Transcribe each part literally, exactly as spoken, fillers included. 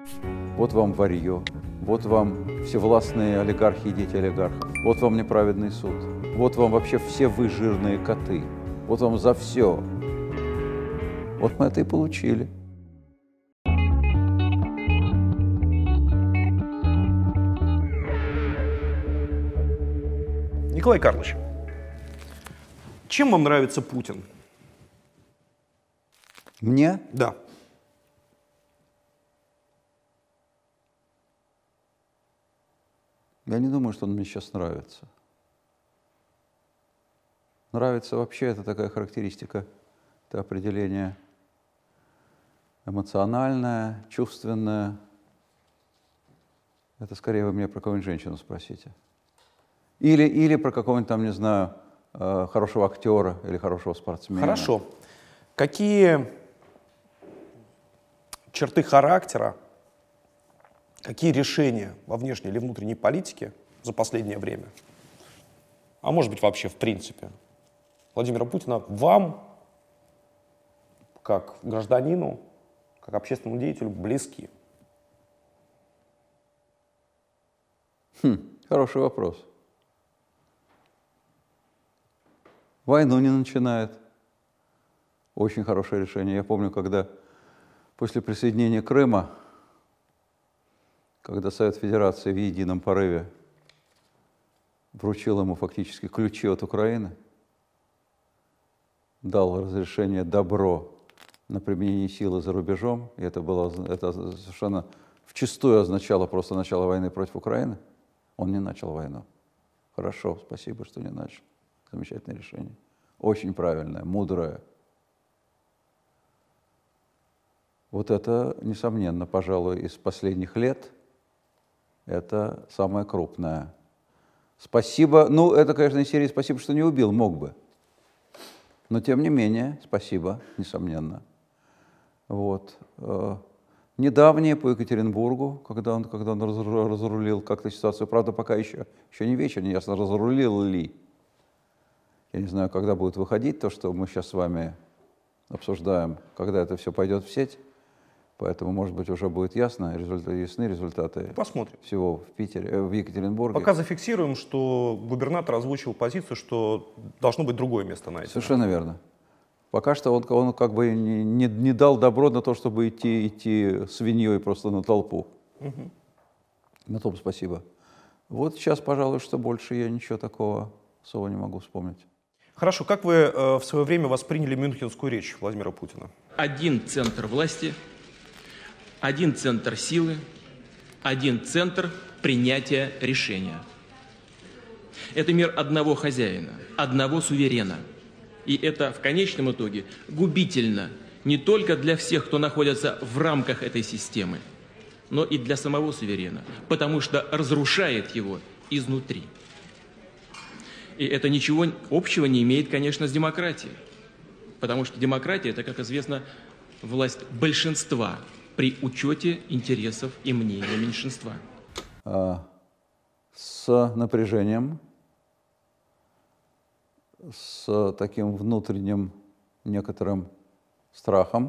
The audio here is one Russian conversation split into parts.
Вот вам варье, вот вам всевластные олигархи и дети олигархов, вот вам неправедный суд, вот вам вообще все вы жирные коты, вот вам за все. Вот мы это и получили. Николай Карлович, чем вам нравится Путин? Мне? Да. Я не думаю, что он мне сейчас нравится. Нравится вообще, это такая характеристика, это определение эмоциональное, чувственное. Это скорее вы меня про какую-нибудь женщину спросите. Или, или про какого-нибудь там, не знаю, хорошего актера или хорошего спортсмена. Хорошо. Какие черты характера, какие решения во внешней или внутренней политике за последнее время, а может быть вообще в принципе, Владимира Путина вам, как гражданину, как общественному деятелю, близки? Хм, хороший вопрос. Войну не начинает. Очень хорошее решение. Я помню, когда после присоединения Крыма, когда Совет Федерации в едином порыве вручил ему фактически ключи от Украины, дал разрешение добро на применение силы за рубежом, и это было это совершенно вчистую означало просто начало войны против Украины, он не начал войну. Хорошо, спасибо, что не начал. Замечательное решение. Очень правильное, мудрое. Вот это, несомненно, пожалуй, из последних лет это самое крупное. Спасибо. Ну, это, конечно, из серии «Спасибо, что не убил», мог бы. Но, тем не менее, спасибо, несомненно. Вот. Недавнее по Екатеринбургу, когда он, когда он разрулил как-то ситуацию, правда, пока еще, еще не вечер, не ясно, разрулил ли. Я не знаю, когда будет выходить то, что мы сейчас с вами обсуждаем, когда это все пойдет в сеть. Поэтому, может быть, уже будет ясно, результаты, ясны результаты. Посмотрим. Всего в Питере, в Екатеринбурге. Пока зафиксируем, что губернатор озвучил позицию, что должно быть другое место найдено. Совершенно верно. Пока что он, он как бы не, не, не дал добро на то, чтобы идти, идти свиньей просто на толпу. Угу. На том спасибо. Вот сейчас, пожалуй, что больше я ничего такого особо не могу вспомнить. Хорошо. Как вы э, в свое время восприняли мюнхенскую речь Владимира Путина? Один центр власти, один центр силы, один центр принятия решения. Это мир одного хозяина, одного суверена. И это в конечном итоге губительно не только для всех, кто находится в рамках этой системы, но и для самого суверена, потому что разрушает его изнутри. И это ничего общего не имеет, конечно, с демократией. Потому что демократия – это, как известно, власть большинства при учете интересов и мнений меньшинства. С напряжением, с таким внутренним некоторым страхом,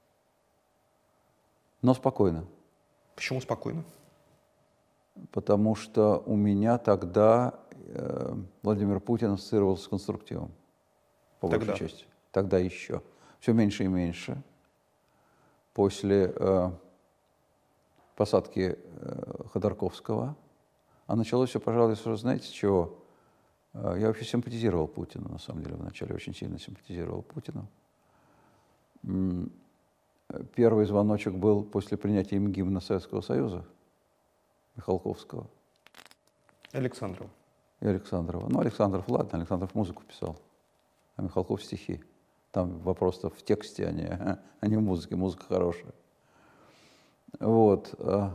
но спокойно. Почему спокойно? Потому что у меня тогда э, Владимир Путин ассоциировался с конструктивом, по Тогда. большей части. Тогда еще. Все меньше и меньше. После э, посадки э, Ходорковского, а началось все, пожалуй, знаете, с чего? Э, я вообще симпатизировал Путину, на самом деле, вначале очень сильно симпатизировал Путину. М- Первый звоночек был после принятия им гимна Советского Союза, Михалковского. Александрова. И Александрова. Ну, Александров, ладно, Александров музыку писал, а Михалков стихи. Там вопрос-то в тексте, а не, а не в музыке. Музыка хорошая. Вот.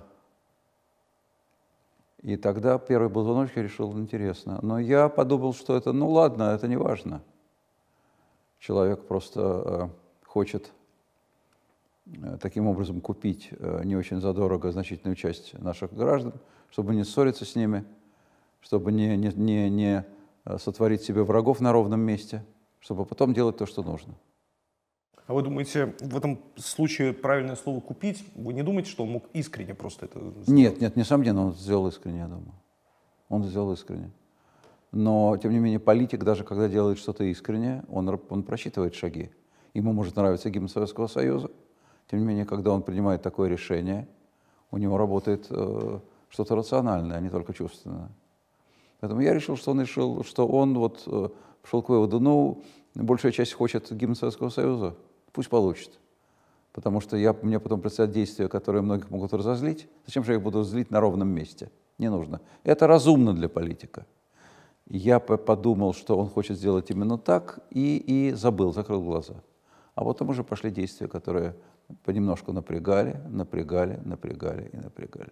И тогда первый был звоночек, я решил, интересно. Но я подумал, что это, ну ладно, это не важно. Человек просто хочет таким образом купить не очень задорого значительную часть наших граждан, чтобы не ссориться с ними, чтобы не, не, не, не сотворить себе врагов на ровном месте, чтобы потом делать то, что нужно. А вы думаете, в этом случае правильное слово «купить»? Вы не думаете, что он мог искренне просто это сделать? Нет, нет, несомненно, он это сделал искренне, я думаю. Он это сделал искренне. Но, тем не менее, политик, даже когда делает что-то искренне, он, он просчитывает шаги. Ему может нравиться гимн Советского Союза. Тем не менее, когда он принимает такое решение, у него работает э, что-то рациональное, а не только чувственное. Поэтому я решил, что он решил, что он вот э, пришел к выводу, ну, большая часть хочет гимн Советского Союза, пусть получит. Потому что я, мне потом предстоят действия, которые многих могут разозлить. Зачем же я их буду злить на ровном месте? Не нужно. Это разумно для политика. Я подумал, что он хочет сделать именно так, и, и забыл, закрыл глаза. А потом уже пошли действия, которые понемножку напрягали, напрягали, напрягали и напрягали.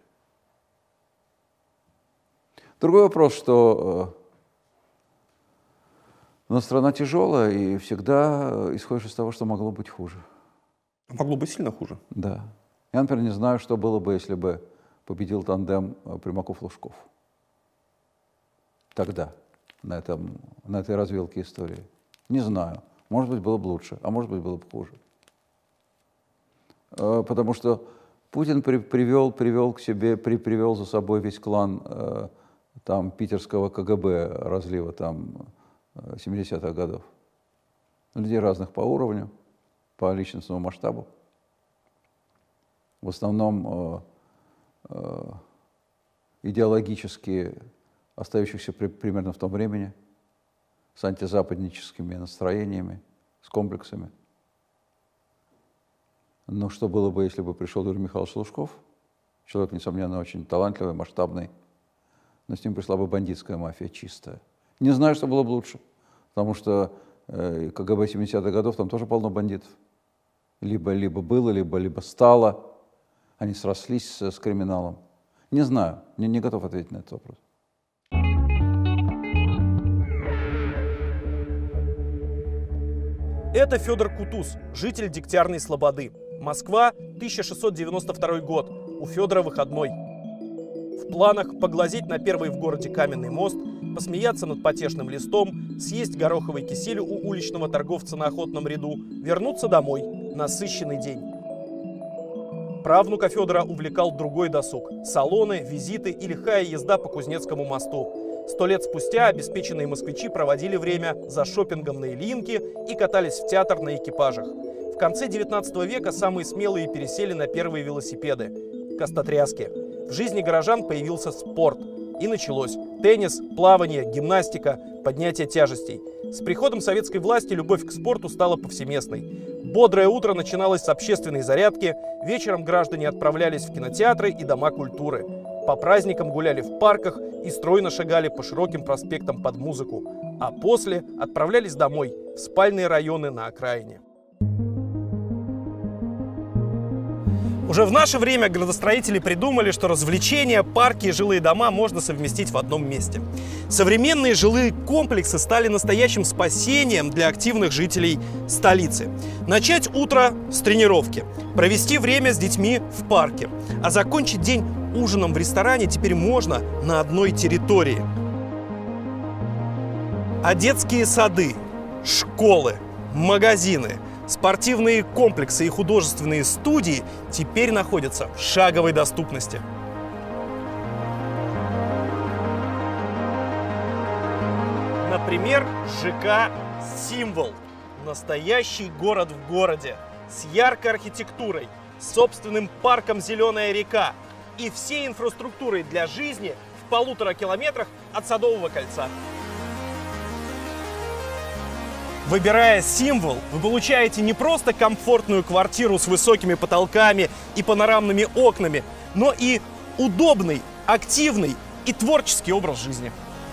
Другой вопрос, что э, страна тяжелая, и всегда исходишь из того, что могло быть хуже. Могло быть сильно хуже? Да. Я, например, не знаю, что было бы, если бы победил тандем Примаков-Лужков. Тогда, на, этом, на этой развилке истории. Не знаю. Может быть, было бы лучше, а может быть, было бы хуже. Потому что Путин при, привел, привел к себе, при, привел за собой весь клан э, там, питерского КГБ разлива там, семидесятых годов. Людей разных по уровню, по личностному масштабу. В основном э, э, идеологически остающихся при, примерно в том времени, с антизападническими настроениями, с комплексами. Но что было бы, если бы пришел Юрий Михайлович Лужков, человек, несомненно, очень талантливый, масштабный, но с ним пришла бы бандитская мафия чистая. Не знаю, что было бы лучше, потому что э, КГБ семидесятых годов там тоже полно бандитов. Либо, либо было, либо, либо стало. Они срослись с, с криминалом. Не знаю, не, не готов ответить на этот вопрос. Это Федор Кутуз, житель Дегтярной Слободы. Москва, тысяча шестьсот девяносто второй год. У Федора выходной. В планах поглазеть на первый в городе каменный мост, посмеяться над потешным листом, съесть гороховый кисель у уличного торговца на охотном ряду, вернуться домой. Насыщенный день. Правнука Федора увлекал другой досуг – салоны, визиты и лихая езда по Кузнецкому мосту. Сто лет спустя обеспеченные москвичи проводили время за шопингом на Ильинке и катались в театр на экипажах. В конце девятнадцатого века самые смелые пересели на первые велосипеды – костотряски. В жизни горожан появился спорт. И началось теннис, плавание, гимнастика, поднятие тяжестей. С приходом советской власти любовь к спорту стала повсеместной. Бодрое утро начиналось с общественной зарядки, вечером граждане отправлялись в кинотеатры и дома культуры. По праздникам гуляли в парках и стройно шагали по широким проспектам под музыку. А после отправлялись домой, в спальные районы на окраине. Уже в наше время градостроители придумали, что развлечения, парки и жилые дома можно совместить в одном месте. Современные жилые комплексы стали настоящим спасением для активных жителей столицы. Начать утро с тренировки, провести время с детьми в парке, а закончить день ужином в ресторане теперь можно на одной территории. А детские сады, школы, магазины, спортивные комплексы и художественные студии теперь находятся в шаговой доступности. Например, ЖК «Символ». Настоящий город в городе. С яркой архитектурой, собственным парком «Зеленая река» и всей инфраструктурой для жизни в полутора километрах от Садового кольца. Выбирая «Символ», вы получаете не просто комфортную квартиру с высокими потолками и панорамными окнами, но и удобный, активный и творческий образ жизни.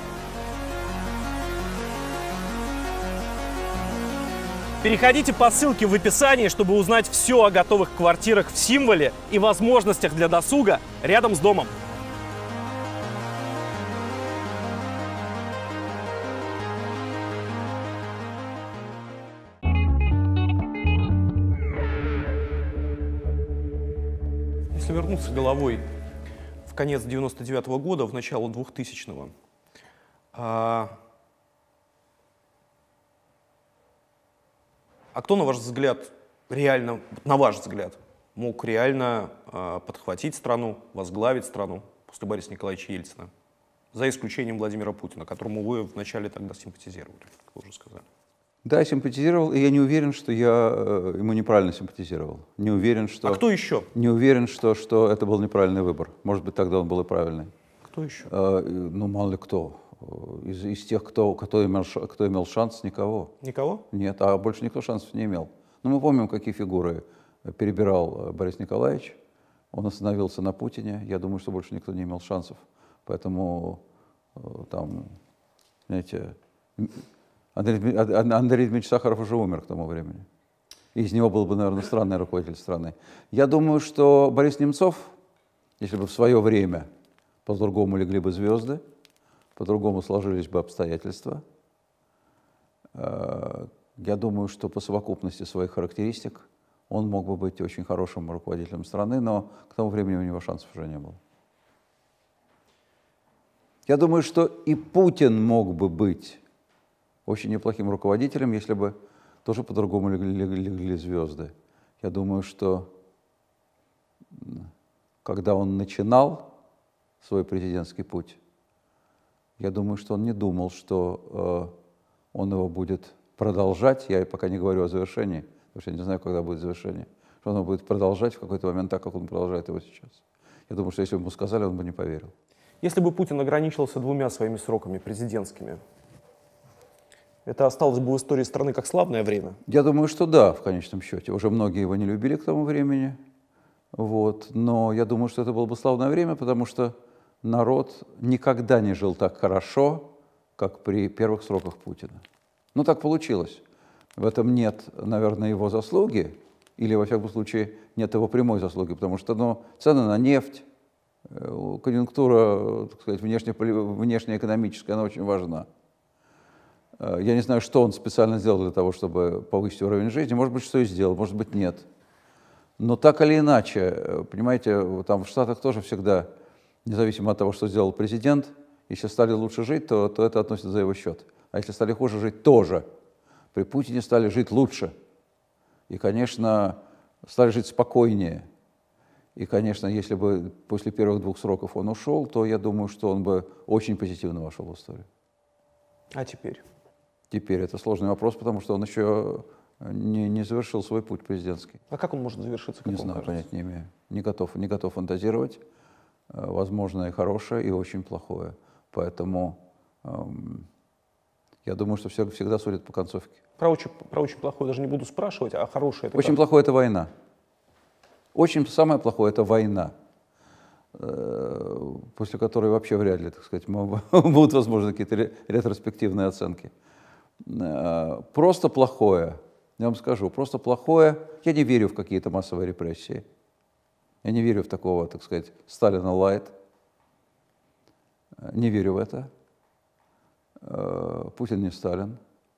Переходите по ссылке в описании, чтобы узнать все о готовых квартирах в «Символе» и возможностях для досуга рядом с домом. Если вернуться головой в конец девяносто девятого года, в начало двухтысячного, а... а кто, на ваш взгляд, реально, на ваш взгляд, мог реально э, подхватить страну, возглавить страну после Бориса Николаевича Ельцина? За исключением Владимира Путина, которому вы вначале тогда симпатизировали, как вы уже сказали. Да, я симпатизировал, и я не уверен, что я э, ему неправильно симпатизировал. Не уверен, что... А кто еще? Не уверен, что, что это был неправильный выбор. Может быть, тогда он был и правильный. Кто еще? Э, ну, мало ли кто. Из, из тех, кто, кто, имел, кто имел шанс, никого. Никого? Нет, а больше никто шансов не имел. Но мы помним, какие фигуры перебирал Борис Николаевич. Он остановился на Путине. Я думаю, что больше никто не имел шансов. Поэтому там, знаете, Андрей, Андрей Дмитриевич Сахаров уже умер к тому времени. И из него был бы, наверное, странный руководитель страны. Я думаю, что Борис Немцов, если бы в свое время по-другому легли бы звезды, по-другому сложились бы обстоятельства, я думаю, что по совокупности своих характеристик он мог бы быть очень хорошим руководителем страны, но к тому времени у него шансов уже не было. Я думаю, что и Путин мог бы быть очень неплохим руководителем, если бы тоже по-другому легли, легли, легли звезды. Я думаю, что когда он начинал свой президентский путь, я думаю, что он не думал, что э, он его будет продолжать. Я пока не говорю о завершении, потому что я не знаю, когда будет завершение. Что он его будет продолжать в какой-то момент так, как он продолжает его сейчас. Я думаю, что если бы ему сказали, он бы не поверил. Если бы Путин ограничился двумя своими сроками президентскими, это осталось бы в истории страны как славное время? Я думаю, что да, в конечном счете. Уже многие его не любили к тому времени. Вот. Но я думаю, что это было бы славное время, потому что народ никогда не жил так хорошо, как при первых сроках Путина. Ну, так получилось. В этом нет, наверное, его заслуги, или, во всяком случае, нет его прямой заслуги, потому что ну, цены на нефть, конъюнктура, так сказать, внешне, внешнеэкономическая, она очень важна. Я не знаю, что он специально сделал для того, чтобы повысить уровень жизни. Может быть, что и сделал, может быть, нет. Но так или иначе, понимаете, там в Штатах тоже всегда, независимо от того, что сделал президент, если стали лучше жить, то, то это относится за его счет. А если стали хуже жить, тоже. При Путине стали жить лучше. И, конечно, стали жить спокойнее. И, конечно, если бы после первых двух сроков он ушел, то я думаю, что он бы очень позитивно вошел в историю. А теперь? Теперь это сложный вопрос, потому что он еще не, не завершил свой путь президентский. А как он может завершиться? Не знаю, понятия не имею. Не готов, не готов фантазировать. Возможно, и хорошее, и очень плохое. Поэтому эм, я думаю, что все, всегда судят по концовке. Про очень, про очень плохое даже не буду спрашивать, а хорошее это Очень как? плохое – это война. Очень самое плохое – это война, после которой вообще вряд ли, так сказать, будут возможны какие-то ретроспективные оценки. Просто плохое, я вам скажу, просто плохое. Я не верю в какие-то массовые репрессии. Я не верю в такого, так сказать, Сталина лайт. Не верю в это. Путин не Сталин.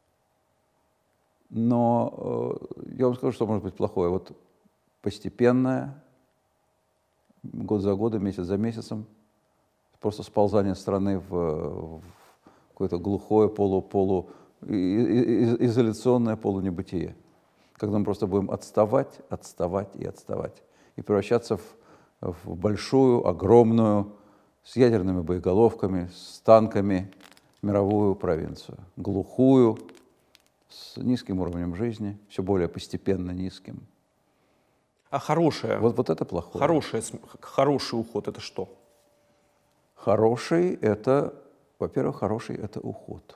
Но я вам скажу, что может быть плохое. Вот постепенное, год за годом, месяц за месяцем, просто сползание страны в, в какое-то глухое, полу, полу, изоляционное полунебытие. Когда мы просто будем отставать, отставать и отставать. И превращаться в, в большую, огромную, с ядерными боеголовками, с танками, мировую провинцию. Глухую, с низким уровнем жизни, все более постепенно низким. А хорошее? Вот, вот это плохое. Хорошее, хороший уход – это что? Хороший – это, во-первых, хороший – это уход.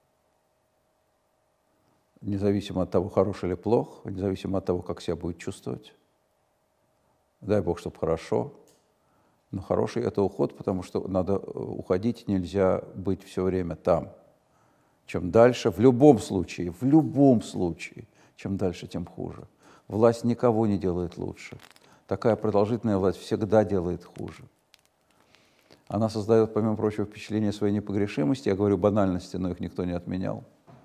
Независимо от того, хороший или плох, независимо от того, как себя будет чувствовать. Дай Бог, чтобы хорошо. Но хороший – это уход, потому что надо уходить, нельзя быть все время там. Чем дальше, в любом случае, в любом случае, чем дальше, тем хуже. Власть никого не делает лучше. Такая продолжительная власть всегда делает хуже. Она создает, помимо прочего, впечатление своей непогрешимости. Я говорю банальности, но их никто не отменял.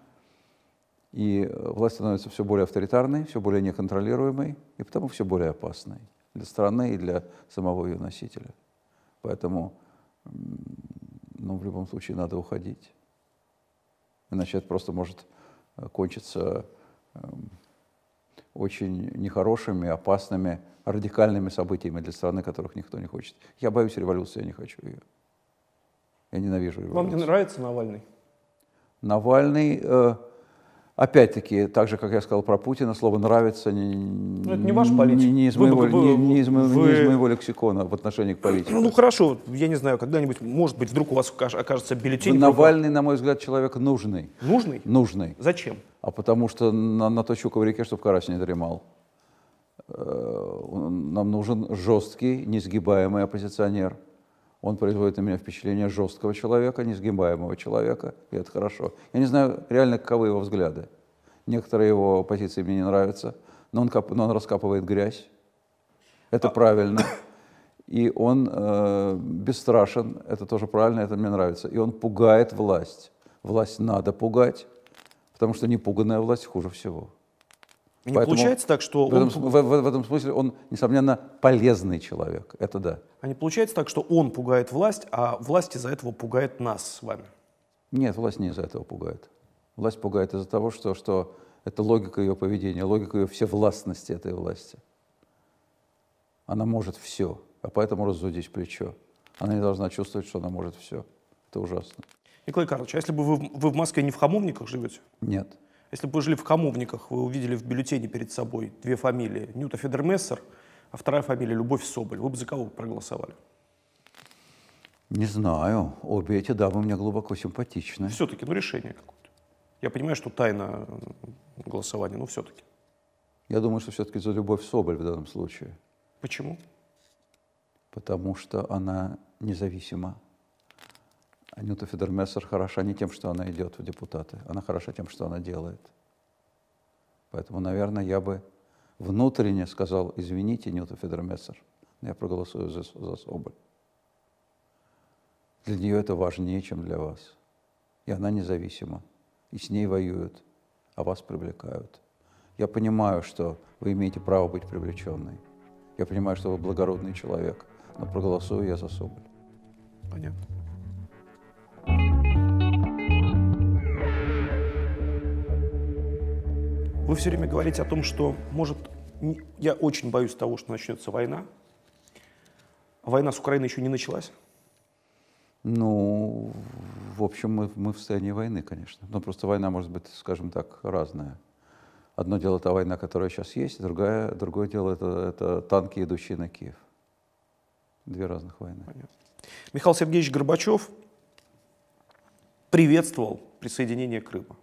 И власть становится все более авторитарной, все более неконтролируемой, и потому все более опасной для страны и для самого ее носителя. Поэтому, ну, в любом случае надо уходить. Иначе это просто может кончиться очень нехорошими, опасными, радикальными событиями для страны, которых никто не хочет. Я боюсь революции, я не хочу ее. Я ненавижу революцию. Вам не нравится Навальный? Навальный, э, опять-таки, так же, как я сказал про Путина, слово «нравится» не, ну, это не ваш политик. Не, не, из, вы, моего, вы, не, не, из, моего, вы... не из моего лексикона в отношении к политике. Ну, ну хорошо, я не знаю, когда-нибудь, может быть, вдруг у вас окажется бюллетень. Навальный, на мой взгляд, человек нужный. Нужный? Нужный. Зачем? А потому что на, на той щука в реке, чтобы карась не дремал. Нам нужен жесткий, несгибаемый оппозиционер. Он производит на меня впечатление жесткого человека, несгибаемого человека, и это хорошо. Я не знаю реально, каковы его взгляды. Некоторые его позиции мне не нравятся, но он, кап, но он раскапывает грязь. Это а... правильно. И он э, бесстрашен, это тоже правильно, это мне нравится. И он пугает власть. Власть надо пугать, потому что непуганная власть хуже всего. Не Поэтому получается так, что в, он... этом, в, в, в этом смысле он, несомненно, полезный человек. Это да. А не получается так, что он пугает власть, а власть из-за этого пугает нас с вами? Нет, власть не из-за этого пугает. Власть пугает из-за того, что, что это логика ее поведения, логика ее всевластности этой власти. Она может все, а поэтому разудить плечо. Она не должна чувствовать, что она может все. Это ужасно. Николай Карлович, а если бы вы, вы в Москве не в Хамовниках живете? Нет. Если бы вы жили в Хамовниках, вы увидели в бюллетене перед собой две фамилии, Нюта Федермессер, а вторая фамилия Любовь Соболь, вы бы за кого проголосовали? Не знаю. Обе эти дамы мне глубоко симпатичны. Все-таки, ну решение какое-то. Я понимаю, что тайна голосования, но все-таки. Я думаю, что все-таки за Любовь Соболь в данном случае. Почему? Потому что она независима. Анюта Федермессер хороша не тем, что она идет в депутаты, она хороша тем, что она делает. Поэтому, наверное, я бы внутренне сказал: извините, Нюта Федермессер, но я проголосую за, за Соболь. Для нее это важнее, чем для вас. И она независима, и с ней воюют, а вас привлекают. Я понимаю, что вы имеете право быть привлеченной. Я понимаю, что вы благородный человек, но проголосую я за Соболь. Понятно. Вы все время говорите о том, что, может, я очень боюсь того, что начнется война. А война с Украиной еще не началась? Ну, в общем, мы, мы в состоянии войны, конечно. Но просто война может быть, скажем так, разная. Одно дело та война, которая сейчас есть, другое, другое дело это, это танки, идущие на Киев. Две разных войны. Понятно. Михаил Сергеевич Горбачев приветствовал присоединение Крыма.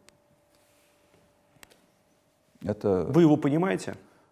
Это... Вы его понимаете?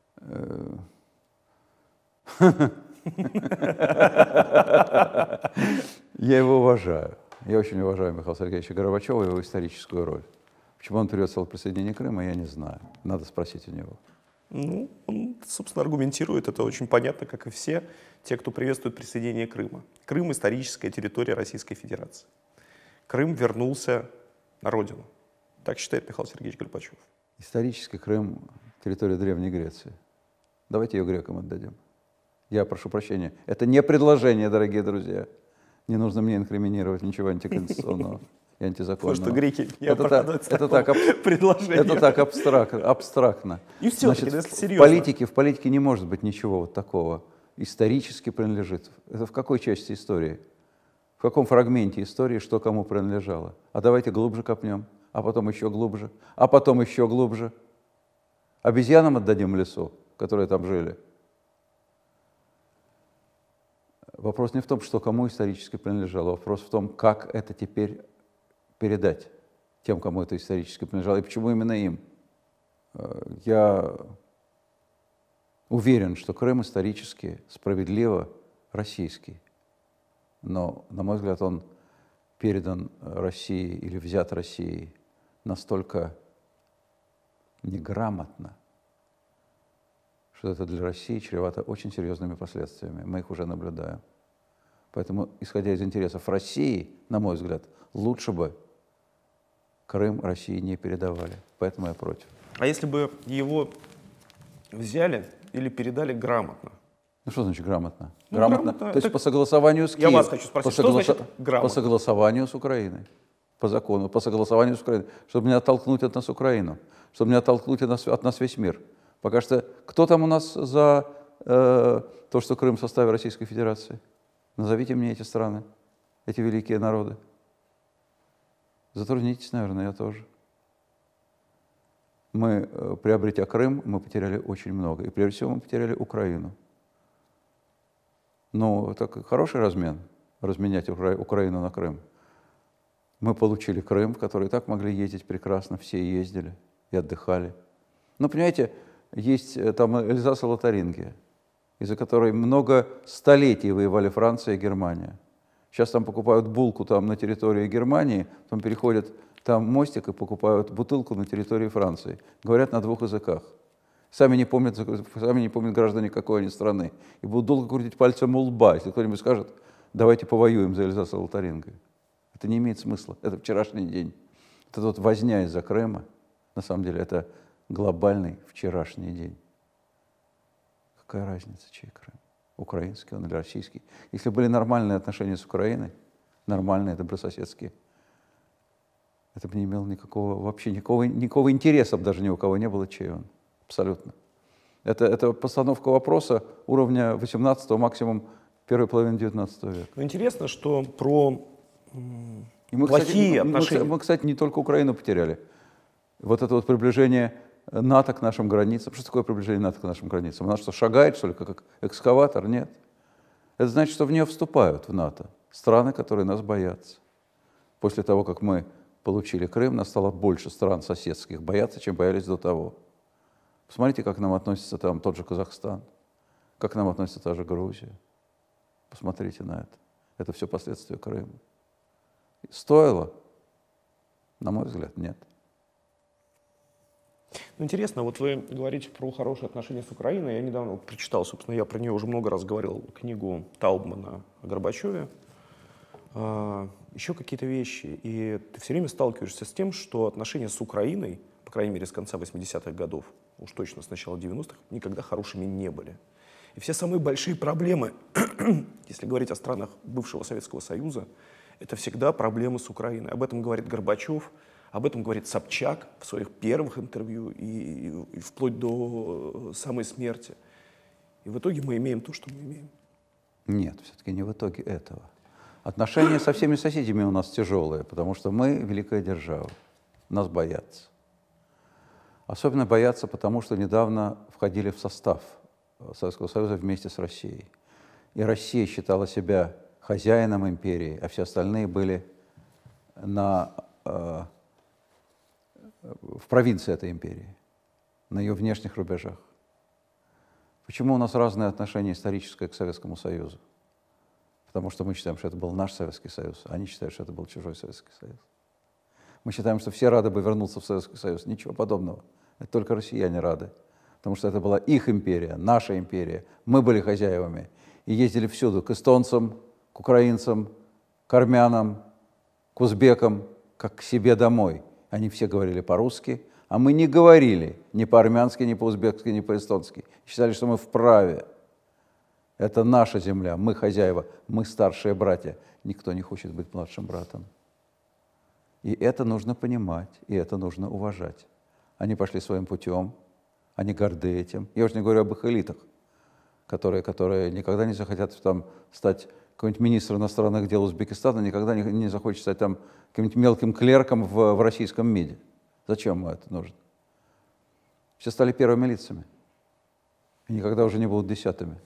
Я его уважаю. Я очень уважаю Михаила Сергеевича Горбачева и его историческую роль. Почему он приветствовал присоединение Крыма, я не знаю. Надо спросить у него. Ну, он, собственно, аргументирует это очень понятно, как и все те, кто приветствует присоединение Крыма. Крым — историческая территория Российской Федерации. Крым вернулся на родину. Так считает Михаил Сергеевич Горбачев. Исторический Крым — территория Древней Греции. Давайте ее грекам отдадим. Я прошу прощения. Это не предложение, дорогие друзья. Не нужно мне инкриминировать ничего антиконституционного и антизаконного. Потому что греки не это так, это так, аб... это так абстрактно. абстрактно. И все-таки, если серьезно. В политике, в политике не может быть ничего вот такого. Исторически принадлежит. Это в какой части истории? В каком фрагменте истории что кому принадлежало? А давайте глубже копнем, а потом еще глубже, а потом еще глубже. Обезьянам отдадим лесу, которые там жили. Вопрос не в том, что кому исторически принадлежало, вопрос в том, как это теперь передать тем, кому это исторически принадлежало, и почему именно им. Я уверен, что Крым исторически, справедливо российский, но, на мой взгляд, он передан России или взят Россией настолько неграмотно, что это для России чревато очень серьезными последствиями. Мы их уже наблюдаем. Поэтому, исходя из интересов России, на мой взгляд, лучше бы Крым России не передавали. Поэтому я против. А если бы его взяли или передали грамотно? Ну что значит грамотно? Ну, грамотно. грамотно. То есть это... по согласованию с Киевом. Я вас хочу спросить, по что согласа... значит грамотно? По согласованию с Украиной. По закону, по согласованию с Украиной. Чтобы не оттолкнуть от нас Украину. Чтобы не оттолкнуть от нас, от нас весь мир. Пока что кто там у нас за э, то, что Крым в составе Российской Федерации? Назовите мне эти страны, эти великие народы. Затруднитесь, наверное, я тоже. Мы, приобретя Крым, мы потеряли очень много. И прежде всего мы потеряли Украину. Ну, это хороший размен, разменять Укра... Украину на Крым. Мы получили Крым, в который так могли ездить прекрасно, все ездили и отдыхали. Но, понимаете, есть там Эльзас-Лотарингия, из-за которой много столетий воевали Франция и Германия. Сейчас там покупают булку там на территории Германии, потом переходят там мостик и покупают бутылку на территории Франции. Говорят на двух языках. Сами не помнят, сами не помнят граждане какой они страны. И будут долго крутить пальцем у лба, если кто-нибудь скажет, давайте повоюем за Эльзас-Лотарингию. Это не имеет смысла. Это вчерашний день. Это вот возня из-за Крыма, на самом деле, это глобальный вчерашний день. Какая разница, чей Крым? Украинский он или российский? Если были нормальные отношения с Украиной, нормальные, добрососедские, это бы не имело никакого, вообще никакого, никакого интереса даже ни у кого не было, чей он. Абсолютно. Это, это постановка вопроса уровня восемнадцатого, максимум первой половины девятнадцатого века. Но интересно, что про И мы, плохие кстати, отношения... Мы, мы, кстати, не только Украину потеряли. Вот это вот приближение НАТО к нашим границам. Что такое приближение НАТО к нашим границам? Она что, шагает, что ли, как экскаватор? Нет. Это значит, что в нее вступают, в НАТО, страны, которые нас боятся. После того, как мы получили Крым, нас стало больше стран соседских бояться, чем боялись до того. Посмотрите, как к нам относится там тот же Казахстан, как к нам относится та же Грузия. Посмотрите на это. Это все последствия Крыма. Стоило? На мой взгляд, нет. Ну, интересно, вот вы говорите про хорошие отношения с Украиной. Я недавно вот прочитал, собственно, я про нее уже много раз говорил, книгу Таубмана о Горбачеве. А, еще какие-то вещи. И ты все время сталкиваешься с тем, что отношения с Украиной, по крайней мере, с конца восьмидесятых годов, уж точно с начала девяностых, никогда хорошими не были. И все самые большие проблемы, если говорить о странах бывшего Советского Союза, это всегда проблемы с Украиной. Об этом говорит Горбачев, об этом говорит Собчак в своих первых интервью и, и, и вплоть до самой смерти. И в итоге мы имеем то, что мы имеем. Нет, все-таки не в итоге этого. Отношения со всеми соседями у нас тяжелые, потому что мы великая держава. Нас боятся. Особенно боятся, потому что недавно входили в состав Советского Союза вместе с Россией. И Россия считала себя хозяином империи, а все остальные были на, э, в провинции этой империи, на ее внешних рубежах. Почему у нас разные отношения исторические к Советскому Союзу? Потому что мы считаем, что это был наш Советский Союз, а они считают, что это был чужой Советский Союз. Мы считаем, что все рады бы вернуться в Советский Союз. Ничего подобного. Это только россияне рады. Потому что это была их империя, наша империя. Мы были хозяевами и ездили всюду, к эстонцам, к украинцам, к армянам, к узбекам, как к себе домой. Они все говорили по-русски, а мы не говорили ни по-армянски, ни по-узбекски, ни по-эстонски. Считали, что мы вправе. Это наша земля, мы хозяева, мы старшие братья. Никто не хочет быть младшим братом. И это нужно понимать, и это нужно уважать. Они пошли своим путем, они горды этим. Я уже не говорю об их элитах, которые, которые никогда не захотят там стать какой-нибудь министр иностранных дел Узбекистана, никогда не, не захочет стать там каким-нибудь мелким клерком в, в российском МИДе. Зачем ему это нужно? Все стали первыми лицами. И никогда уже не будут десятыми.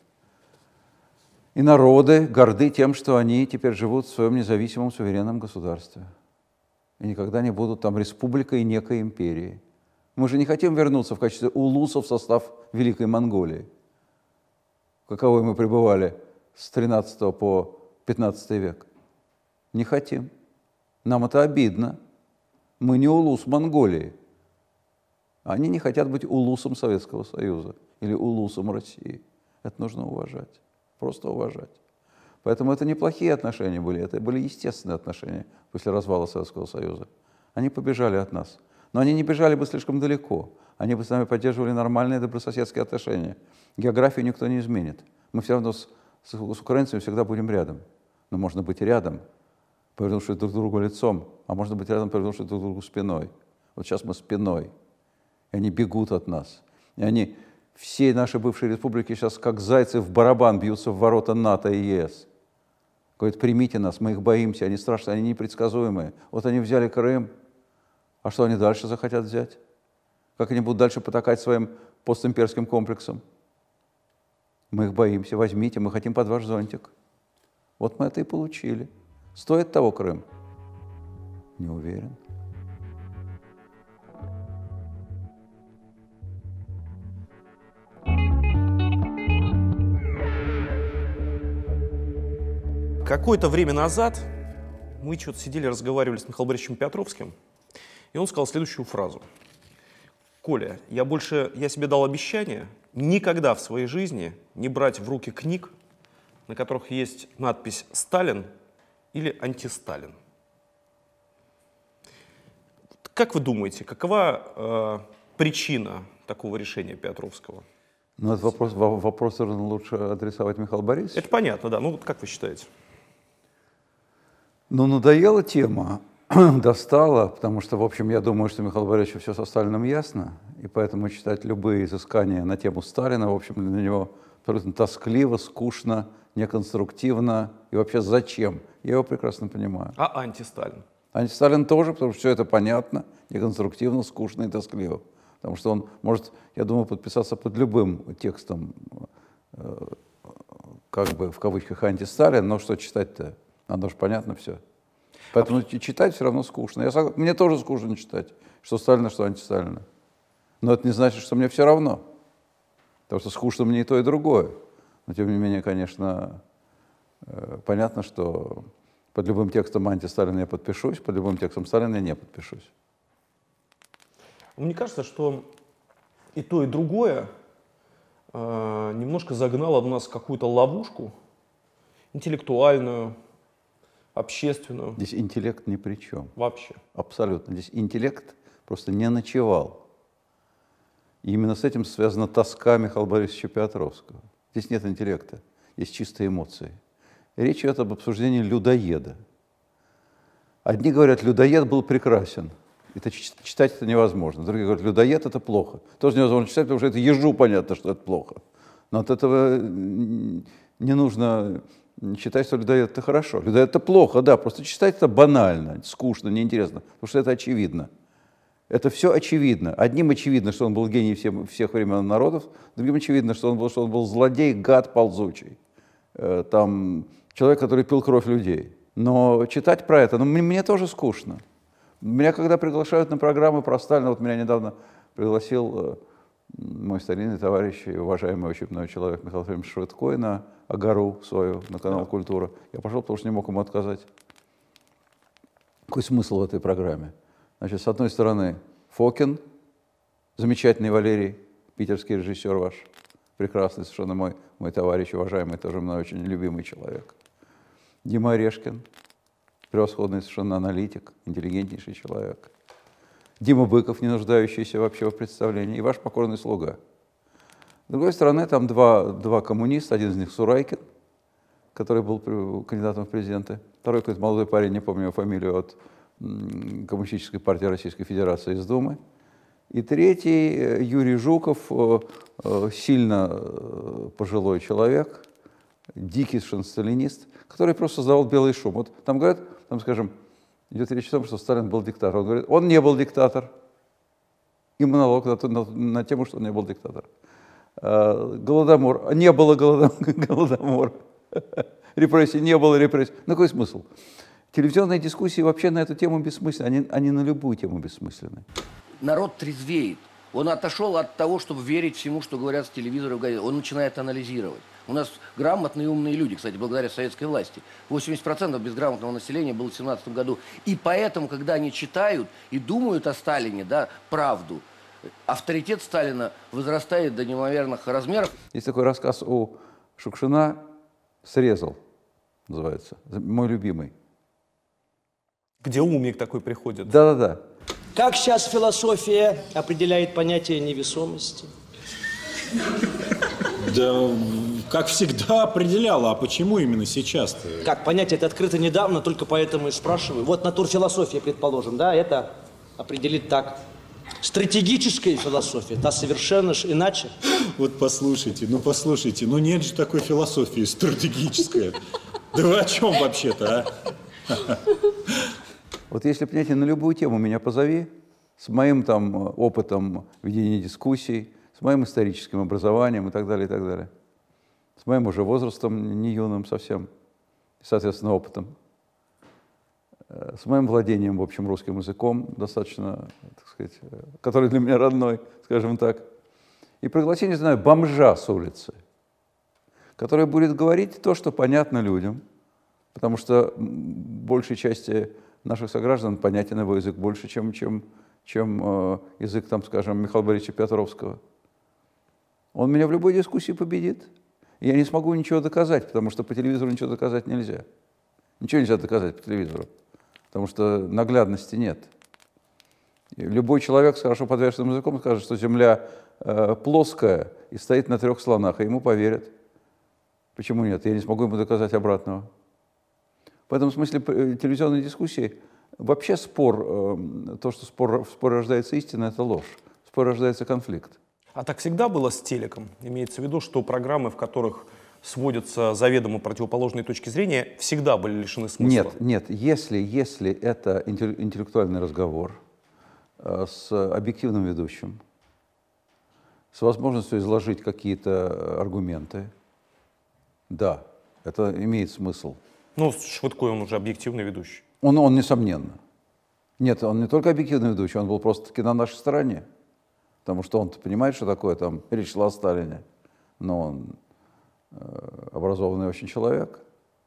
И народы горды тем, что они теперь живут в своем независимом суверенном государстве. И никогда не будут там республикой некой империи. Мы же не хотим вернуться в качестве улуса в состав Великой Монголии, каковой мы пребывали с тринадцатого по пятнадцатый век. Не хотим. Нам это обидно. Мы не улус Монголии. Они не хотят быть улусом Советского Союза или улусом России. Это нужно уважать. Просто уважать. Поэтому это неплохие отношения были, это были естественные отношения после развала Советского Союза. Они побежали от нас. Но они не бежали бы слишком далеко. Они бы с нами поддерживали нормальные добрососедские отношения. Географию никто не изменит. Мы все равно с, с, с украинцами всегда будем рядом. Но можно быть рядом, повернувшись друг к другу лицом, а можно быть рядом, повернувшись друг к другу спиной. Вот сейчас мы спиной. И они бегут от нас. И они все наши бывшие республики сейчас как зайцы в барабан бьются в ворота НАТО и ЕС. Говорят, примите нас, мы их боимся, они страшные, они непредсказуемые. Вот они взяли Крым, а что они дальше захотят взять? Как они будут дальше потакать своим постимперским комплексом? Мы их боимся, возьмите, мы хотим под ваш зонтик. Вот мы это и получили. Стоит того Крым? Не уверен. Какое-то время назад мы что-то сидели, разговаривали с Михаилом Борисовичем Петровским, и он сказал следующую фразу. Коля, я больше, я себе дал обещание никогда в своей жизни не брать в руки книг, на которых есть надпись «Сталин» или «Антисталин». Как вы думаете, какова э, причина такого решения Петровского? Ну, этот вопрос, вопрос наверное, лучше адресовать Михаилу Борисовичу. Это понятно, да. Ну, как вы считаете? Ну, надоела тема, достала, потому что, в общем, я думаю, что Михаилу Борисовичу все со Сталиным ясно, и поэтому читать любые изыскания на тему Сталина, в общем, для него абсолютно тоскливо, скучно, неконструктивно, и вообще зачем? Я его прекрасно понимаю. А антисталин? Антисталин тоже, потому что все это понятно, неконструктивно, скучно и тоскливо. Потому что он может, я думаю, подписаться под любым текстом, э, как бы в кавычках антисталин, но что читать-то? Оно же понятно все. Поэтому а... читать все равно скучно. Я сог... Мне тоже скучно читать, что Сталина, что антисталина. Но это не значит, что мне все равно. Потому что скучно мне и то, и другое. Но тем не менее, конечно, э, понятно, что под любым текстом антисталина я подпишусь, под любым текстом Сталина я не подпишусь. Мне кажется, что и то, и другое э, немножко загнало в нас какую-то ловушку интеллектуальную, общественную. Здесь интеллект ни при чем. Вообще. Абсолютно. Здесь интеллект просто не ночевал. И именно с этим связана тоска Михаила Борисовича Петровского. Здесь нет интеллекта, есть чистые эмоции. Речь идет об обсуждении людоеда. Одни говорят, людоед был прекрасен. Это читать это невозможно. Другие говорят, людоед это плохо. Тоже невозможно читать, потому что это ежу понятно, что это плохо. Но от этого не нужно считать, что людоед это хорошо. Людоед это плохо, да, просто читать это банально, скучно, неинтересно, потому что это очевидно. Это все очевидно. Одним очевидно, что он был гений всем, всех времен народов, другим очевидно, что он был, что он был злодей, гад ползучий. Там, человек, который пил кровь людей. Но читать про это, ну, мне, мне тоже скучно. Меня когда приглашают на программы про Сталина, вот меня недавно пригласил мой старинный товарищ и уважаемый очень мной человек Михаил Ефремович Швыдкой на Агару свою, на канал «Культура». Я пошел, потому что не мог ему отказать. Какой смысл в этой программе? Значит, с одной стороны, Фокин, замечательный Валерий, питерский режиссер ваш, прекрасный совершенно мой, мой товарищ, уважаемый, тоже мной очень любимый человек. Дима Орешкин, превосходный совершенно аналитик, интеллигентнейший человек. Дима Быков, не нуждающийся вообще в представлении, и ваш покорный слуга. С другой стороны, там два, два коммуниста, один из них Сурайкин, который был кандидатом в президенты, второй какой-то молодой парень, не помню его фамилию, от Коммунистической партии Российской Федерации из Думы. И третий Юрий Жуков, сильно пожилой человек, дикий совершенно сталинист, который просто создавал белый шум. Вот там говорят, там, скажем, идет речь о том, что Сталин был диктатор. Он говорит, он не был диктатор. И монолог на, на, на тему, что он не был диктатор. А, голодомор. Не было голодомора. Репрессий. Не было репрессий. Ну, какой смысл? Телевизионные дискуссии вообще на эту тему бессмысленны. Они, они на любую тему бессмысленны. Народ трезвеет. Он отошел от того, чтобы верить всему, что говорят с телевизора в газете. Он начинает анализировать. У нас грамотные и умные люди, кстати, благодаря советской власти. восемьдесят процентов безграмотного населения было в семнадцатом году. И поэтому, когда они читают и думают о Сталине, да, правду, авторитет Сталина возрастает до неимоверных размеров. Есть такой рассказ у Шукшина «Срезал», называется, мой любимый. Где умник такой приходит. Да-да-да. Как сейчас философия определяет понятие невесомости? Да, как всегда определяла, а почему именно сейчас-то? Как, понятие это открыто недавно, только поэтому и спрашиваю. Вот натурфилософия, предположим, да, это определит так. Стратегическая философия, та совершенно ж иначе. Вот послушайте, ну послушайте, ну нет же такой философии стратегической. Да вы о чем вообще-то, а? Вот если, понимаете, на любую тему меня позови, с моим там опытом ведения дискуссий, с моим историческим образованием и так далее, и так далее, с моим уже возрастом не юным совсем, соответственно, опытом, с моим владением, в общем, русским языком, достаточно, так сказать, который для меня родной, скажем так, и пригласить, не знаю, бомжа с улицы, который будет говорить то, что понятно людям, потому что большей части наших сограждан понятен его язык больше, чем, чем, чем э, язык, там, скажем, Михаила Борисовича Петровского. Он меня в любой дискуссии победит. Я не смогу ничего доказать, потому что по телевизору ничего доказать нельзя. Ничего нельзя доказать по телевизору, потому что наглядности нет. И любой человек с хорошо подвешенным языком скажет, что Земля э, плоская и стоит на трех слонах, и ему поверят. Почему нет? Я не смогу ему доказать обратного. В этом смысле телевизионной дискуссии вообще спор, э, то, что спор, в споре рождается истина, это ложь. В споре рождается конфликт. А так всегда было с телеком? Имеется в виду, что программы, в которых сводятся заведомо противоположные точки зрения, всегда были лишены смысла? Нет, нет. Если, если это интеллектуальный разговор э, с объективным ведущим, с возможностью изложить какие-то аргументы, да, это имеет смысл. Ну, Швыдкой он уже объективный ведущий. Он, он, несомненно. Нет, он не только объективный ведущий, он был просто-таки на нашей стороне. Потому что он-то понимает, что такое там речь шла о Сталине. Но он э, образованный очень человек.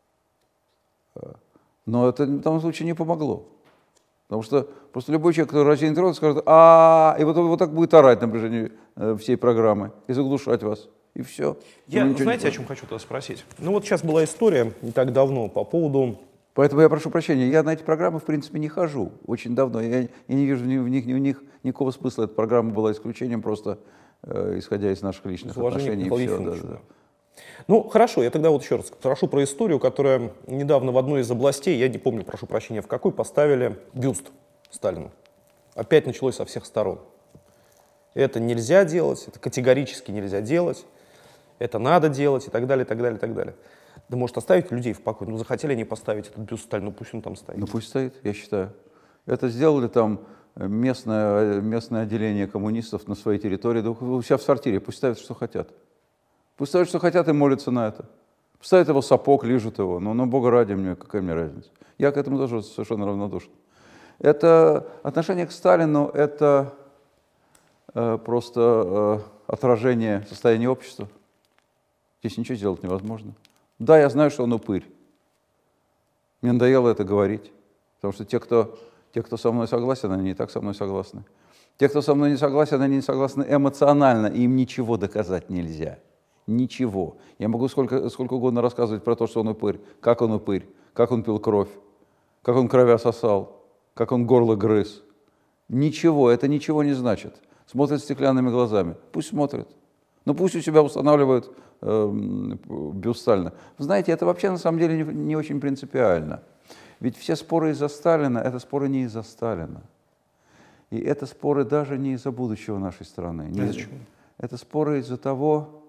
Но это в том случае не помогло. Потому что просто любой человек, который разденет рот, скажет, а и вот, вот так будет орать на протяжении э, всей программы и заглушать вас. И все. Я, знаете, о чем хочу тогда спросить? Ну вот сейчас была история не так давно по поводу... Поэтому я прошу прощения, я на эти программы, в принципе, не хожу очень давно. Я, я не вижу в них, в них никакого смысла. Эта программа была исключением, просто э, исходя из наших личных отношений. И все, да, да. Ну, хорошо, я тогда вот еще раз спрошу про историю, которая недавно в одной из областей, я не помню, прошу прощения, в какой, поставили бюст Сталину. Опять началось со всех сторон. Это нельзя делать, это категорически нельзя делать, это надо делать и так далее, и так далее, и так далее. Да может оставить людей в покое. Ну, захотели они поставить этот бюст Сталину, пусть он там стоит. Ну, пусть стоит, я считаю. Это сделали там местное, местное отделение коммунистов на своей территории. Да у себя в сортире, пусть ставят, что хотят. Пусть ставят, что хотят, и молятся на это. Ставят его сапог, лижут его. Ну, ну, Бога ради, мне какая мне разница. Я к этому тоже совершенно равнодушен. Это отношение к Сталину, это э, просто э, отражение состояния общества. Здесь ничего сделать невозможно. Да, я знаю, что он упырь. Мне надоело это говорить. Потому что те, кто, те, кто со мной согласен, они не так со мной согласны. Те, кто со мной не согласен, они не согласны эмоционально, и им ничего доказать нельзя. Ничего. Я могу сколько, сколько угодно рассказывать про то, что он упырь, как он упырь, как он пил кровь, как он кровя сосал, как он горло грыз. Ничего, это ничего не значит. Смотрят стеклянными глазами. Пусть смотрят. Но пусть у себя устанавливают э, бюст Сталина. Знаете, это вообще на самом деле не, не очень принципиально. Ведь все споры из-за Сталина – это споры не из-за Сталина. И это споры даже не из-за будущего нашей страны. Не из- это споры из-за того,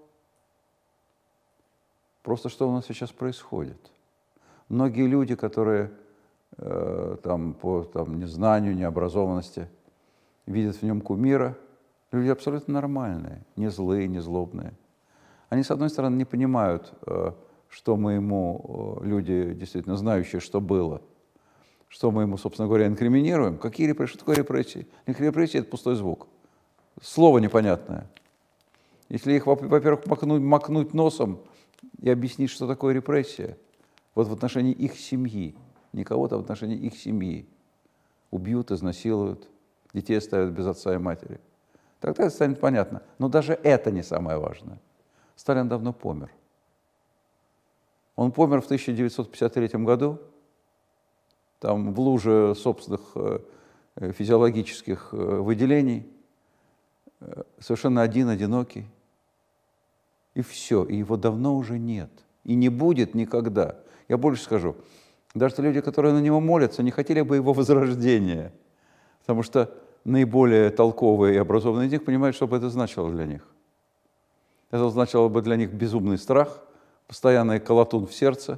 просто что у нас сейчас происходит. Многие люди, которые э, там, по там, незнанию, необразованности видят в нем кумира, люди абсолютно нормальные, не злые, не злобные. Они, с одной стороны, не понимают, что мы ему, люди, действительно знающие, что было, что мы ему, собственно говоря, инкриминируем. Какие репрессии? Что такое репрессии? Репрессии – это пустой звук. Слово непонятное. Если их, во-первых, макнуть, макнуть носом и объяснить, что такое репрессия, вот в отношении их семьи, не кого-то, а в отношении их семьи. Убьют, изнасилуют, детей оставят без отца и матери. Тогда это станет понятно. Но даже это не самое важное. Сталин давно помер. Он помер в тысяча девятьсот пятьдесят третьем году, там в луже собственных э, физиологических э, выделений, э, совершенно один, одинокий. И все, и его давно уже нет. И не будет никогда. Я больше скажу, даже люди, которые на него молятся, не хотели бы его возрождения. Потому что наиболее толковые и образованные из них понимают, что бы это значило для них. Это значило бы для них безумный страх, постоянный колотун в сердце,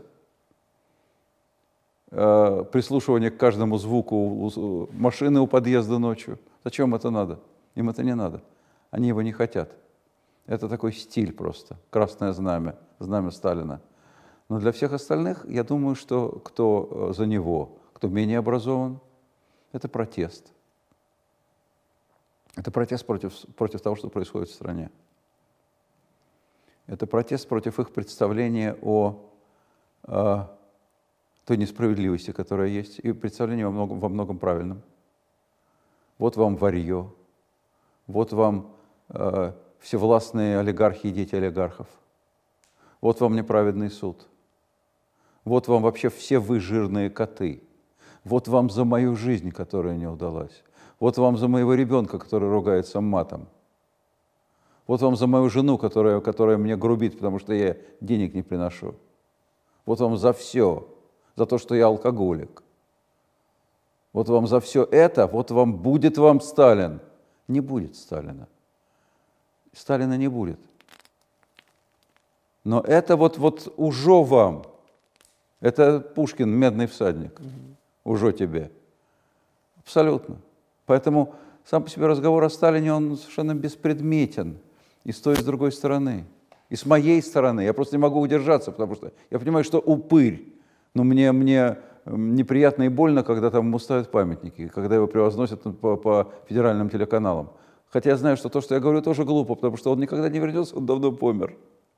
э, прислушивание к каждому звуку машины у подъезда ночью. Зачем это надо? Им это не надо. Они его не хотят. Это такой стиль просто, красное знамя, знамя Сталина. Но для всех остальных, я думаю, что кто за него, кто менее образован, это протест. Это протест против, против того, что происходит в стране. Это протест против их представления о, о той несправедливости, которая есть, и представление во многом, во многом правильном. Вот вам варье, вот вам э, всевластные олигархи и дети олигархов, вот вам неправедный суд, вот вам вообще все вы жирные коты, вот вам за мою жизнь, которая не удалась, вот вам за моего ребенка, который ругается матом, вот вам за мою жену, которая, которая мне грубит, потому что я денег не приношу, вот вам за все, за то, что я алкоголик. Вот вам за все это, вот вам будет вам Сталин. Не будет Сталина. Сталина не будет. Но это вот, вот уже вам. Это Пушкин, медный всадник. Уже тебе. Абсолютно. Поэтому сам по себе разговор о Сталине, он совершенно беспредметен. И с той, и с другой стороны. И с моей стороны. Я просто не могу удержаться, потому что я понимаю, что упырь. Но мне, мне неприятно и больно, когда там ему ставят памятники, когда его превозносят по, по федеральным телеканалам. Хотя я знаю, что то, что я говорю, тоже глупо, потому что он никогда не вернется, он давно помер.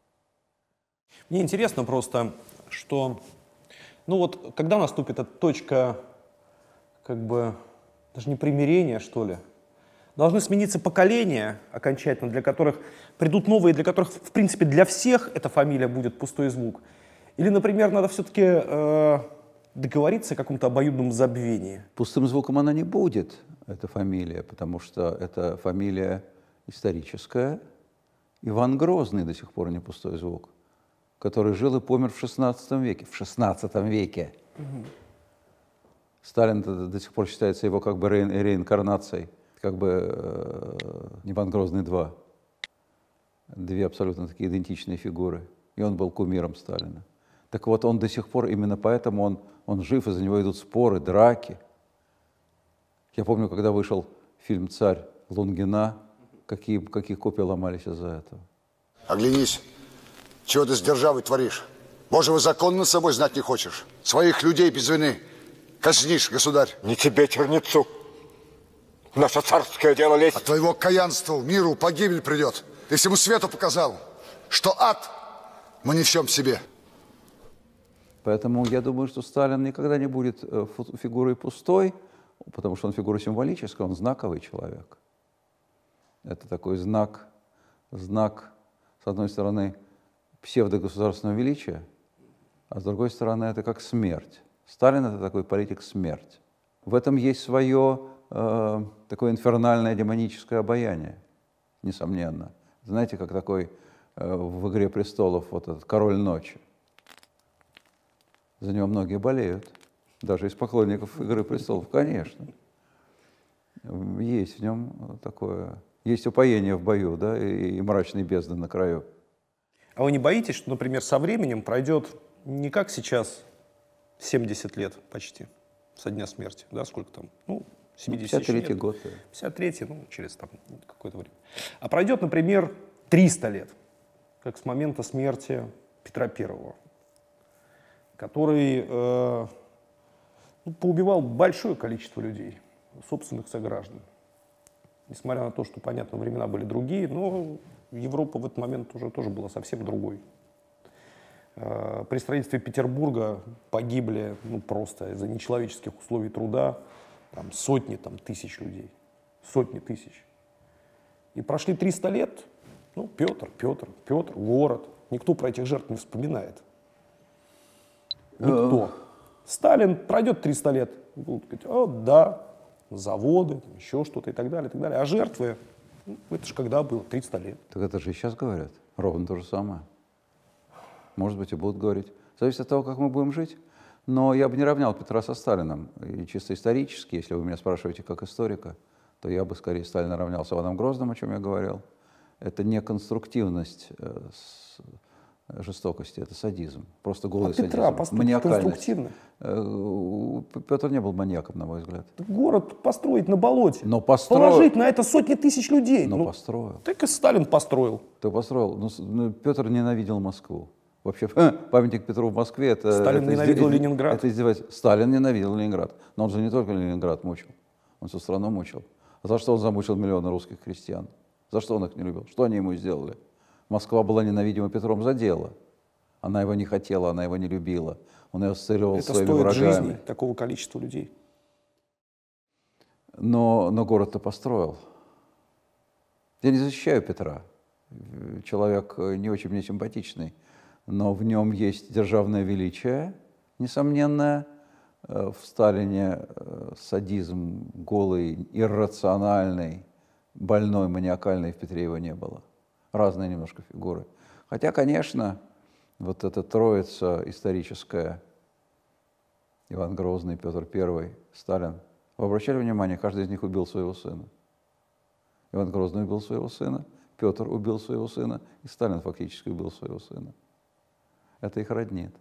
Мне интересно просто, что, ну вот, когда наступит эта точка, как бы, даже не примирения, что ли, должны смениться поколения окончательно, для которых придут новые, для которых, в принципе, для всех эта фамилия будет пустой звук. Или, например, надо все-таки э, договориться о каком-то обоюдном забвении. Пустым звуком она не будет, эта фамилия, потому что это фамилия историческая. Иван Грозный до сих пор не пустой звук, который жил и помер в шестнадцатом веке. В шестнадцатом веке. Угу. Сталин до, до сих пор считается его как бы ре, реинкарнацией, как бы э, Иван Грозный два. Две абсолютно такие идентичные фигуры. И он был кумиром Сталина. Так вот, он до сих пор, именно поэтому он, он жив, и за него идут споры, драки. Я помню, когда вышел фильм «Царь» Лунгина, какие, какие копии ломались из-за этого. Оглянись, чего ты с державой творишь? Боже, вы закон над собой знать не хочешь? Своих людей без вины казнишь, государь. Не тебе, чернецу. В наше царское дело лезть. От твоего каянства миру погибель придет. Ты всему свету показал, что ад мы несем в себе. Поэтому я думаю, что Сталин никогда не будет фигурой пустой, потому что он фигура символическая, он знаковый человек. Это такой знак, знак, с одной стороны, псевдогосударственного величия, а с другой стороны, это как смерть. Сталин — это такой политик смерть. В этом есть свое э, такое инфернальное демоническое обаяние, несомненно. Знаете, как такой э, в «Игре престолов» вот этот король ночи. За него многие болеют, даже из поклонников «Игры престолов», конечно. Есть в нем такое, есть упоение в бою, да, и, и мрачные бездны на краю. А вы не боитесь, что, например, со временем пройдет не как сейчас семьдесят лет почти со дня смерти, да, сколько там, ну, семьдесят пятьдесят третий год. пятьдесят третий, ну, через там какое-то время. А пройдет, например, триста лет, как с момента смерти Петра Первого, который э, ну, поубивал большое количество людей, собственных сограждан. Несмотря на то, что, понятно, времена были другие, но Европа в этот момент уже тоже была совсем другой. Э, при строительстве Петербурга погибли ну, просто из-за нечеловеческих условий труда там, сотни там, тысяч людей. Сотни тысяч. И прошли триста лет, ну, Петр, Петр, Петр, город. Никто про этих жертв не вспоминает. Никто. Сталин пройдет триста лет, будут говорить, о, да, заводы, еще что-то и так далее, и так далее. А жертвы, ну, это же когда было, триста лет. Так это же и сейчас говорят, ровно то же самое. Может быть, и будут говорить. Зависит от того, как мы будем жить. Но я бы не равнял Петра со Сталином. И чисто исторически, если вы меня спрашиваете как историка, то я бы скорее Сталина равнял с Иваном Грозным, о чем я говорил. Это не конструктивность жестокости, это садизм. Просто голый а садизм. Петра построить конструктивно? Петр не был маньяком, на мой взгляд. Город построить на болоте. Но построил. Положить на это сотни тысяч людей. Но ну, построил. Так и Сталин построил. Ты построил. Ну, ну, Петр ненавидел Москву. Вообще, памятник Петру в Москве, это... Сталин это ненавидел издев... Ленинград. Это издевательство. Сталин ненавидел Ленинград. Но он же не только Ленинград мучил. Он всю страну мучил. А за что он замучил миллионы русских крестьян? За что он их не любил? Что они ему сделали? Москва была ненавидима Петром за дело. Она его не хотела, она его не любила. Он ее ассоциировал это своими стоит врагами. жизни такого количества людей. Но, но город-то построил. Я не защищаю Петра. Человек не очень мне симпатичный. Но в нем есть державное величие, несомненное. В Сталине садизм голый, иррациональный, больной, маниакальный, в Петре его не было. Разные немножко фигуры. Хотя, конечно, вот эта троица историческая, Иван Грозный, Петр Первый, Сталин, вы обращали внимание, каждый из них убил своего сына. Иван Грозный убил своего сына, Петр убил своего сына, и Сталин фактически убил своего сына. Это их роднит.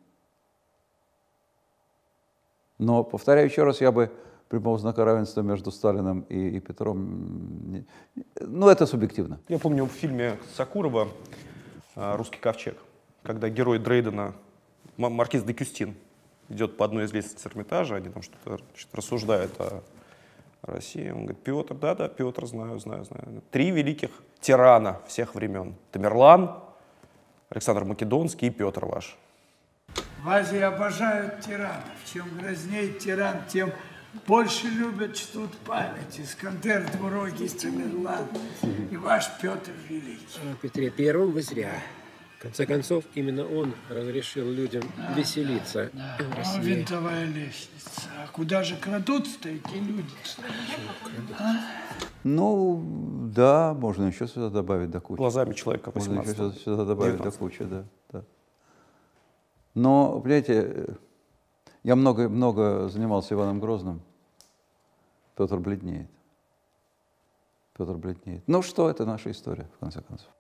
Но, повторяю еще раз, я бы прямого знака равенства между Сталином и, и Петром... Ну, это субъективно. Я помню в фильме Сакурова «Русский ковчег», когда герой Дрейдена, маркиз де Кюстин, идет по одной из лестниц Эрмитажа, они там что-то рассуждают о России. Он говорит: Петр, да-да, Петр, знаю, знаю, знаю. Три великих тирана всех времен. Тамерлан, Александр Македонский и Петр ваш. В Азии обожают тиранов. Чем грознее тиран, тем больше любят, чтут память. Искандер Двурогий, Тамерлан и ваш Петр Великий. О Петре Первом вы зря. В конце концов, именно он разрешил людям да, веселиться да, да. в России. А винтовая лестница. А куда же крадутся-то эти люди? А? Ну, да, можно еще сюда добавить до кучи. Глазами человека восемнадцатого. Можно еще сюда добавить до кучи, да, да. Но, понимаете, я много, много занимался Иваном Грозным. Петр бледнеет. Петр бледнеет. Ну что, это наша история, в конце концов.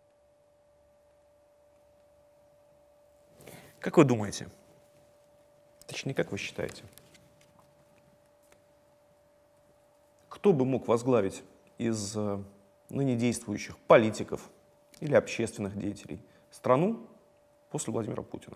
Как вы думаете? Точнее, как вы считаете? Кто бы мог возглавить из э, ныне действующих политиков или общественных деятелей страну после Владимира Путина?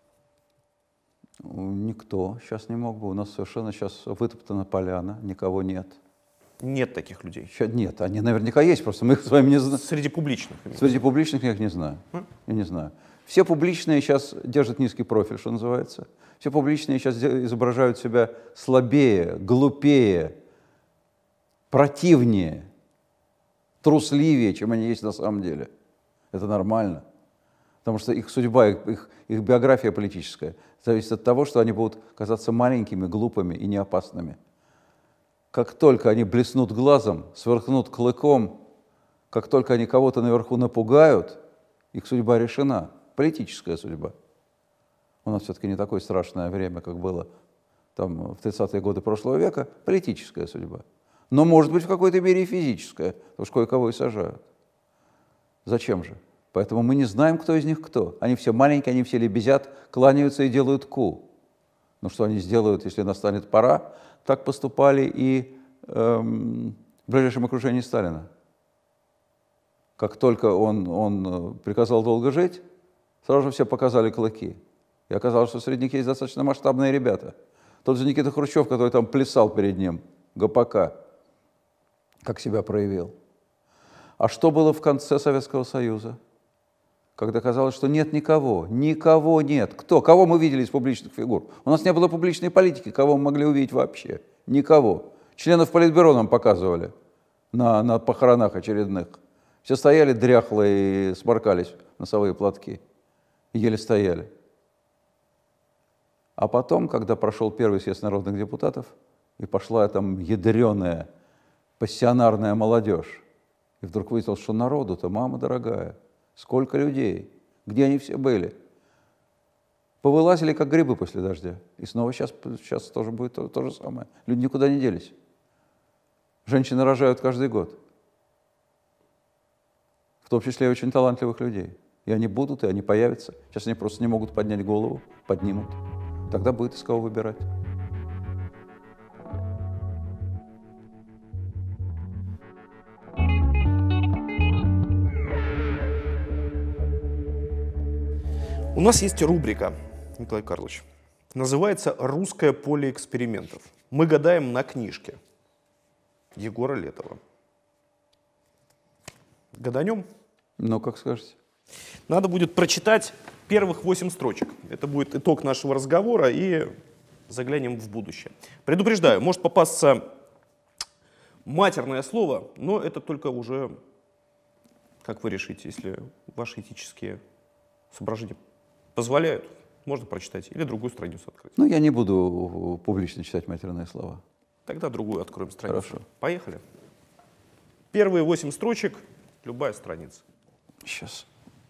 Никто сейчас не мог бы. У нас совершенно сейчас вытоптана поляна, никого нет. Нет таких людей? Еще нет, они наверняка есть, просто мы их с вами не знаем. Среди публичных? Среди публичных я их не знаю. А? Я не знаю. Все публичные сейчас держат низкий профиль, что называется. Все публичные сейчас изображают себя слабее, глупее, противнее, трусливее, чем они есть на самом деле. Это нормально. Потому что их судьба, их, их, их биография политическая зависит от того, что они будут казаться маленькими, глупыми и неопасными. Как только они блеснут глазом, сверкнут клыком, как только они кого-то наверху напугают, их судьба решена. Политическая судьба. У нас все-таки не такое страшное время, как было там, в тридцатые годы прошлого века. Политическая судьба. Но, может быть, в какой-то мере и физическая, потому что кое-кого и сажают. Зачем же? Поэтому мы не знаем, кто из них кто. Они все маленькие, они все лебезят, кланяются и делают ку. Но что они сделают, если настанет пора? Так поступали и эм, в ближайшем окружении Сталина. Как только он, он приказал долго жить, сразу же все показали клыки. И оказалось, что среди них есть достаточно масштабные ребята. Тот же Никита Хрущев, который там плясал перед ним, ГПК, как себя проявил. А что было в конце Советского Союза? Когда казалось, что нет никого, никого нет. Кто? Кого мы видели из публичных фигур? У нас не было публичной политики, кого мы могли увидеть вообще? Никого. Членов Политбюро нам показывали на, на похоронах очередных. Все стояли дряхлые и сморкались в носовые платки. И еле стояли. А потом, когда прошел первый съезд народных депутатов, и пошла там ядреная, пассионарная молодежь, и вдруг выяснилось, что народу-то, мама дорогая, сколько людей, где они все были. Повылазили, как грибы после дождя. И снова сейчас, сейчас тоже будет то, то же самое. Люди никуда не делись. Женщины рожают каждый год. В том числе и очень талантливых людей. И они будут, и они появятся. Сейчас они просто не могут поднять голову, поднимут. Тогда будет из кого выбирать. У нас есть рубрика, Николай Карлович, называется «Русское поле экспериментов». Мы гадаем на книжке Егора Летова. Гаданем? Ну, как скажете. Надо будет прочитать первых восемь строчек. Это будет итог нашего разговора, и заглянем в будущее. Предупреждаю, может попасться матерное слово, но это только уже, как вы решите, если ваши этические соображения позволяют, можно прочитать или другую страницу открыть. Ну, я не буду публично читать матерные слова. Тогда другую откроем страницу. Хорошо. Поехали. Первые восемь строчек, любая страница. Сейчас.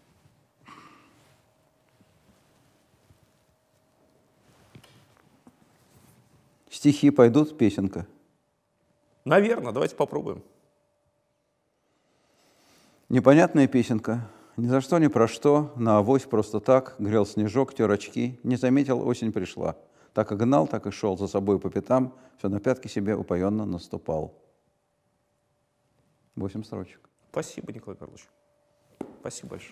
Стихи пойдут, песенка? Наверное, давайте попробуем. Непонятная песенка. Ни за что, ни про что, на авось просто так, грел снежок, тер очки, не заметил, осень пришла. Так и гнал, так и шел за собой по пятам, все на пятки себе упоенно наступал. Восемь строчек. Спасибо, Николай Карлович. Спасибо большое.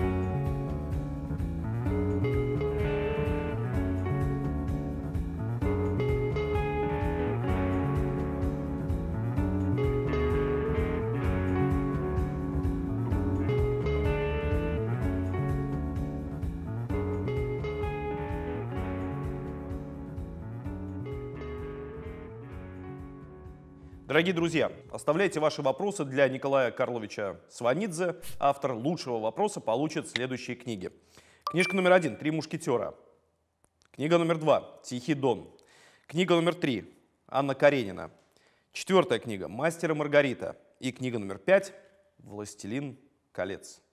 Дорогие друзья, оставляйте ваши вопросы для Николая Карловича Сванидзе. Автор лучшего вопроса получит следующие книги. Книжка номер один «Три мушкетера». Книга номер два «Тихий дон». Книга номер три «Анна Каренина». Четвертая книга «Мастер и Маргарита». И книга номер пять «Властелин колец».